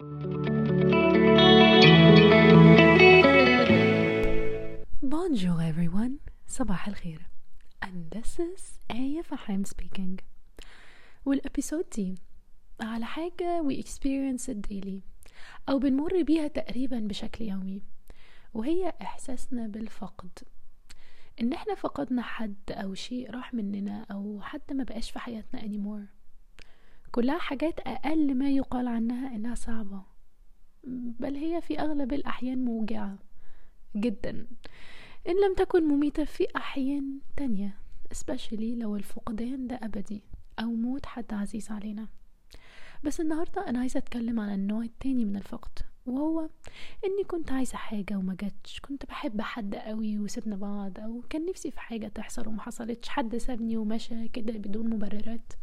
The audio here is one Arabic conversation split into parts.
Bonjour everyone, صباح الخير. And this is آية فحام speaking. والابيسود دي على حاجة we experience it daily أو بنمر بيها تقريبا بشكل يومي، وهي إحساسنا بالفقد، إن إحنا فقدنا حد أو شيء راح مننا أو حتى ما بقاش في حياتنا anymore. كلها حاجات أقل ما يقال عنها إنها صعبة، بل هي في أغلب الأحيان موجعة جدا، إن لم تكن مميتة في أحيان تانية، especially لو الفقدان ده أبدي أو موت حد عزيز علينا. بس النهاردة أنا عايزة أتكلم عن النوع التاني من الفقد، وهو إني كنت عايزة حاجة وما جاتش، كنت بحب حد قوي وسبنا بعض، أو كان نفسي في حاجة تحصل وما حصلتش، حد سابني ومشى كده بدون مبررات.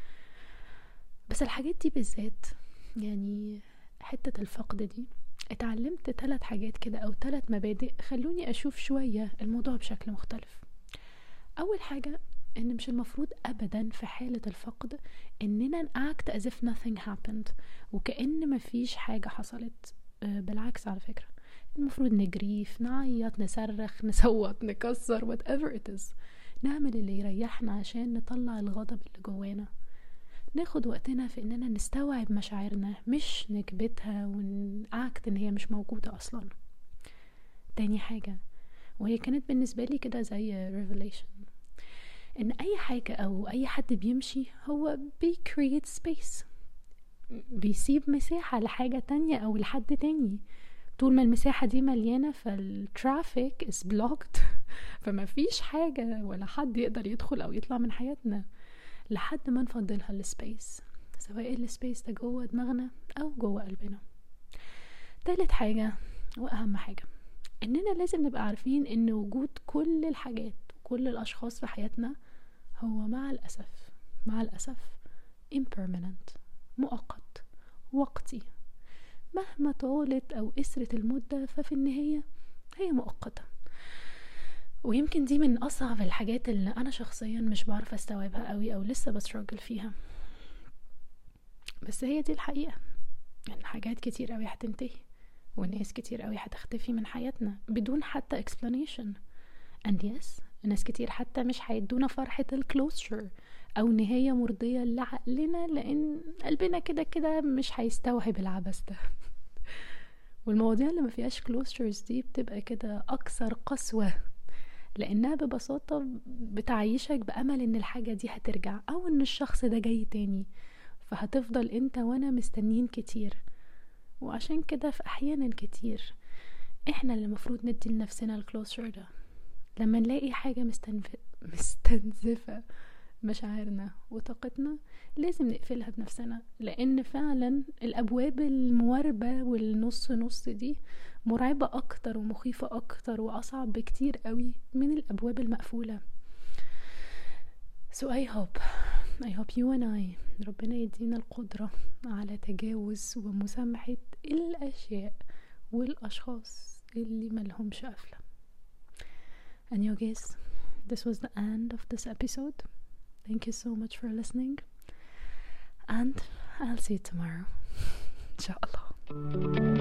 بس الحاجات دي بالذات، يعني حتة الفقد دي، اتعلمت 3 حاجات كده أو 3 مبادئ خلوني أشوف شوية الموضوع بشكل مختلف. أول حاجة، إن مش المفروض أبدا في حالة الفقد إننا act as if nothing happened، وكأن مفيش حاجة حصلت. بالعكس على فكرة، المفروض نجريف، نعيط، نصرخ، نصوت، نكسر، whatever it is، نعمل اللي يريحنا عشان نطلع الغضب اللي جوانا. ناخد وقتنا في اننا نستوعب مشاعرنا، مش نكبتها ونأكت ان هي مش موجودة اصلا. تاني حاجة، وهي كانت بالنسبة لي كده زي revelation، ان اي حاجة او اي حد بيمشي هو create space، بيسيب مساحة لحاجة تانية او لحد تاني. طول ما المساحة دي مليانة فالترافيك is blocked فما فيش حاجة ولا حد يقدر يدخل او يطلع من حياتنا لحد ما نفضلها السبيس، سواء السبيس ده جوه دماغنا او جوه قلبنا. تالت حاجة واهم حاجة، اننا لازم نبقى عارفين ان وجود كل الحاجات وكل الاشخاص في حياتنا هو مع الاسف impermanent، مؤقت، وقتي. مهما طالت او قصرت المدة ففي النهاية هي مؤقتة. ويمكن دي من أصعب الحاجات اللي أنا شخصيا مش بعرف أستوعبها قوي أو لسه بستراجل فيها، بس هي دي الحقيقة، إن حاجات كتير قوي هتنتهي، وناس كتير قوي هتختفي من حياتنا بدون حتى explanation. and yes، ناس كتير حتى مش هيدونا فرحة الكلوزر أو نهاية مرضية لعقلنا، لأن قلبنا كده كده مش هيستوعب العبث ده. والمواضيع اللي ما فيهاش closures دي بتبقى كده أكثر قسوة، لانها ببساطة بتعيشك بامل ان الحاجة دي هترجع او ان الشخص ده جاي تاني، فهتفضل انت وانا مستنيين كتير. وعشان كده في احيانا كتير احنا اللي مفروض ندي لنفسنا الكلوزر ده لما نلاقي حاجة مستنزفة مشاعرنا وطاقتنا، لازم نقفلها بنفسنا، لان فعلا الابواب المواربة والنص نص دي مرعبة اكتر ومخيفة اكتر واصعب بكتير قوي من الابواب المقفولة. so I hope you and I ربنا يدينا القدرة على تجاوز ومسامحة الاشياء والاشخاص اللي ملهمش قفلة. and you guys, this was the end of this episode. Thank you so much for listening, and I'll see you tomorrow. إن شاء الله.